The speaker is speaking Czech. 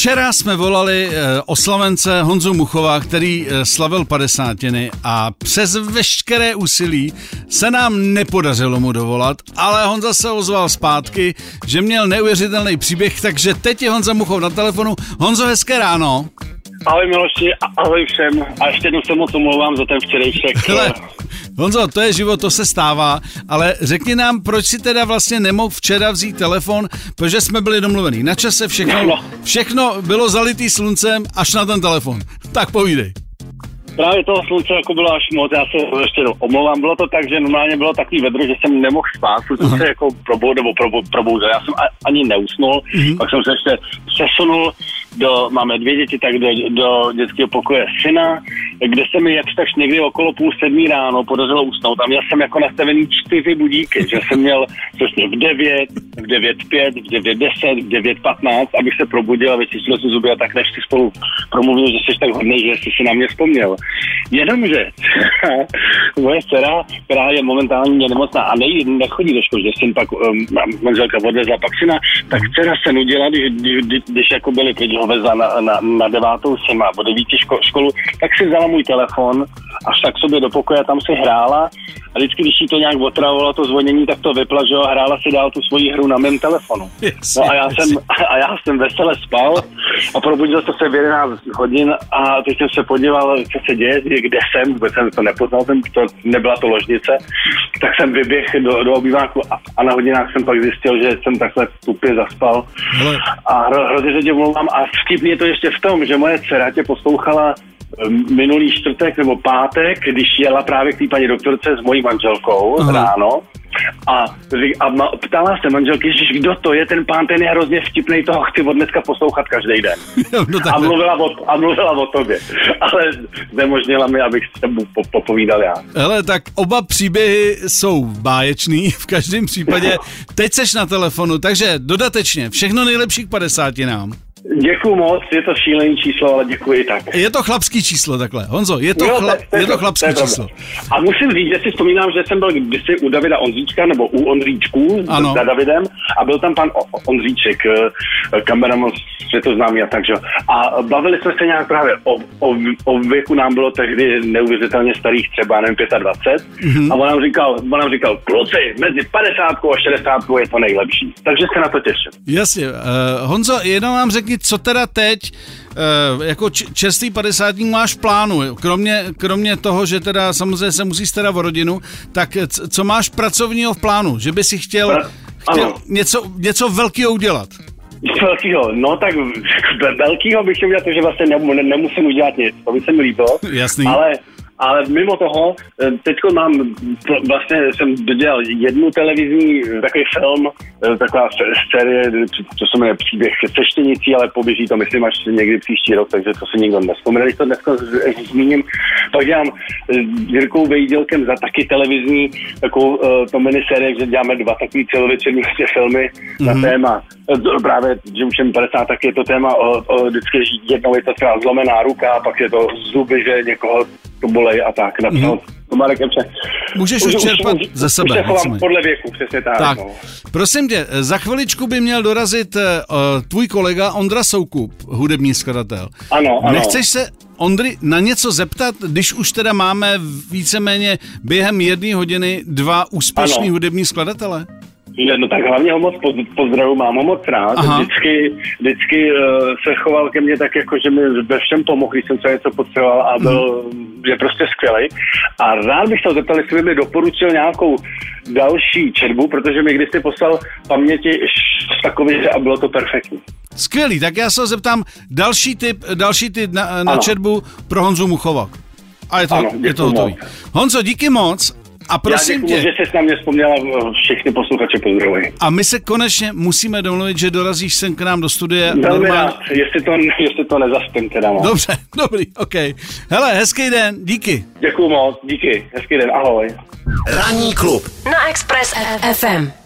Včera jsme volali oslavence Honzu Muchova, který slavil 50. a přes veškeré úsilí se nám nepodařilo mu dovolat, ale Honza se ozval zpátky, že měl neuvěřitelný příběh, takže teď je Honza Muchov na telefonu. Honzo, hezké ráno. Ahoj Miloši, ahoj všem a ještě jednou se moc omlouvám za ten včerejšek. Hele, Honzo, to je život, to se stává, ale řekni nám, proč si teda vlastně nemohl včera vzít telefon, protože jsme byli domluvený na čase, všechno bylo zalitý sluncem až na ten telefon. Tak povídej. Právě toho slunce jako bylo až moc, já se ještě omlouvám, bylo to tak, že normálně bylo takový vedro, že jsem nemohl spát, jsem se jako proboudil, já jsem ani neusnul, pak jsem se ještě přesunul máme 2 děti, tak do dětského pokoje syna, kde se mi jakž tak někdy okolo 6:30 ráno podařilo usnout a měl jsem jako nastavený 4 budíky, že jsem měl přesně v 9, v 9:05, v 9:10, v 9:15, abych se probudil a vyčistil si zuby a tak než si spolu promluvil, že jsi tak hodnej, že jsi si na mě vzpomněl. Jenomže moje dcera, která je momentálně nemocná a nechodí do školy, že syn pak manželka odvezla pak syna, tak dcera se nudila, když jako byli pryč ho vezla na 9. syn má o 9 školu, tak si vzala můj telefon až tak sobě do pokoje a tam si hrála a vždycky, když jí to nějak otravovalo to zvonění, tak to vypla, že jo, hrála si dál tu svoji hru na mém telefonu. No a já jsem vesele spal a probudil jsem se v 11 hodin a teď jsem se podíval, co se děje, kde jsem, vůbec jsem to nepoznal, nebyla to ložnice, tak jsem vyběhl do obýváku a na hodinách jsem pak zjistil, že jsem takhle tupě zaspal. A hrozně se tě omlouvám a vtipně je to ještě v tom, že moje dcera tě poslouchala minulý čtvrtek nebo pátek, když jela právě k té paní doktorce s mojí manželkou ráno a ptala se manželky, Ježiš, kdo to je, ten pán, ten je hrozně vtipnej, toho chci od dneska poslouchat každý den. A mluvila o tobě. Ale znemožnila mi, abych se mu popovídal já. Hele, tak oba příběhy jsou báječný, v každém případě. Teď seš na telefonu, takže dodatečně všechno nejlepší k 50 nám. Děkuju moc, je to šílený číslo, ale děkuji i tak. Je to chlapský číslo takhle. Honzo, je to chlapský číslo. A musím říct, že si vzpomínám, že jsem byl kdysi u Davida Ondříčka, nebo u Ondříčků za Davidem a byl tam pan Ondříček, kameraman světoznámý a takže. A bavili jsme se nějak právě o věku, nám bylo tehdy neuvěřitelně starých, třeba nevím, 25. A on nám říkal, kluci, mezi 50 a 60 je to nejlepší. Takže se na to těším. Jasně. Honzo, jenom nám řekni, co teda teď jako čerstvý 50 máš v plánu, kromě toho, že teda samozřejmě se musí starat o rodinu, tak co máš pracovního v plánu, že by si chtěl něco velkého udělat? Velkýho, no tak velkýho bych chtěl udělat, že vlastně nemusím udělat nic, to by se mi líbilo. Jasný. Ale mimo toho, teďko jsem dodělal jednu televizní takový film, taková série, co se jmenuje Příběh se štěnicí, ale poběží to, myslím, až někdy příští rok, takže to si nikdo nevzpomene, když to dneska zmíním. Pak dělám s Jirkou Vejdělkem za taky televizní takovou to minisérie, že děláme 2 takový celovečerní filmy na téma. Právě, že už jen 50, tak je to téma vždycky jednou je to třeba zlomená ruka, pak je to zuby, že někoho to bolej a tak. Napsal to Marek Emče. Můžeš už čerpat ze sebe. Už se chovám podle věku, přesně tak. No. Prosím tě, za chviličku by měl dorazit tvůj kolega Ondra Soukup, hudební skladatel. Ano. Nechceš se Ondry na něco zeptat, když už teda máme víceméně během 1 hodiny 2 úspěšný hudební skladatele? No tak hlavně ho moc pozdravu, mám ho moc rád. Vždycky se choval ke mně tak jako, že mi ve všem pomohl, když jsem se něco potřeboval a je prostě skvělej. A rád bych se zeptal, jestli by mi doporučil nějakou další četbu, protože mi kdysi poslal paměti takový, a bylo to perfektní. Skvělý, tak já se zeptám další tip na četbu pro Honzu Muchova. A je to hotový. Honzo, díky moc. A prosím tě, že jsi na mě vzpomněla, všechny posluchače pozdravuji. A my se konečně musíme domluvit, že dorazíš sem k nám do studia. Velmi rád, jestli to nezaspím teda. No. Dobře, dobrý, ok. Hele, hezký den, díky. Děkuju moc, díky, hezký den, ahoj. Ranní klub na Express FM.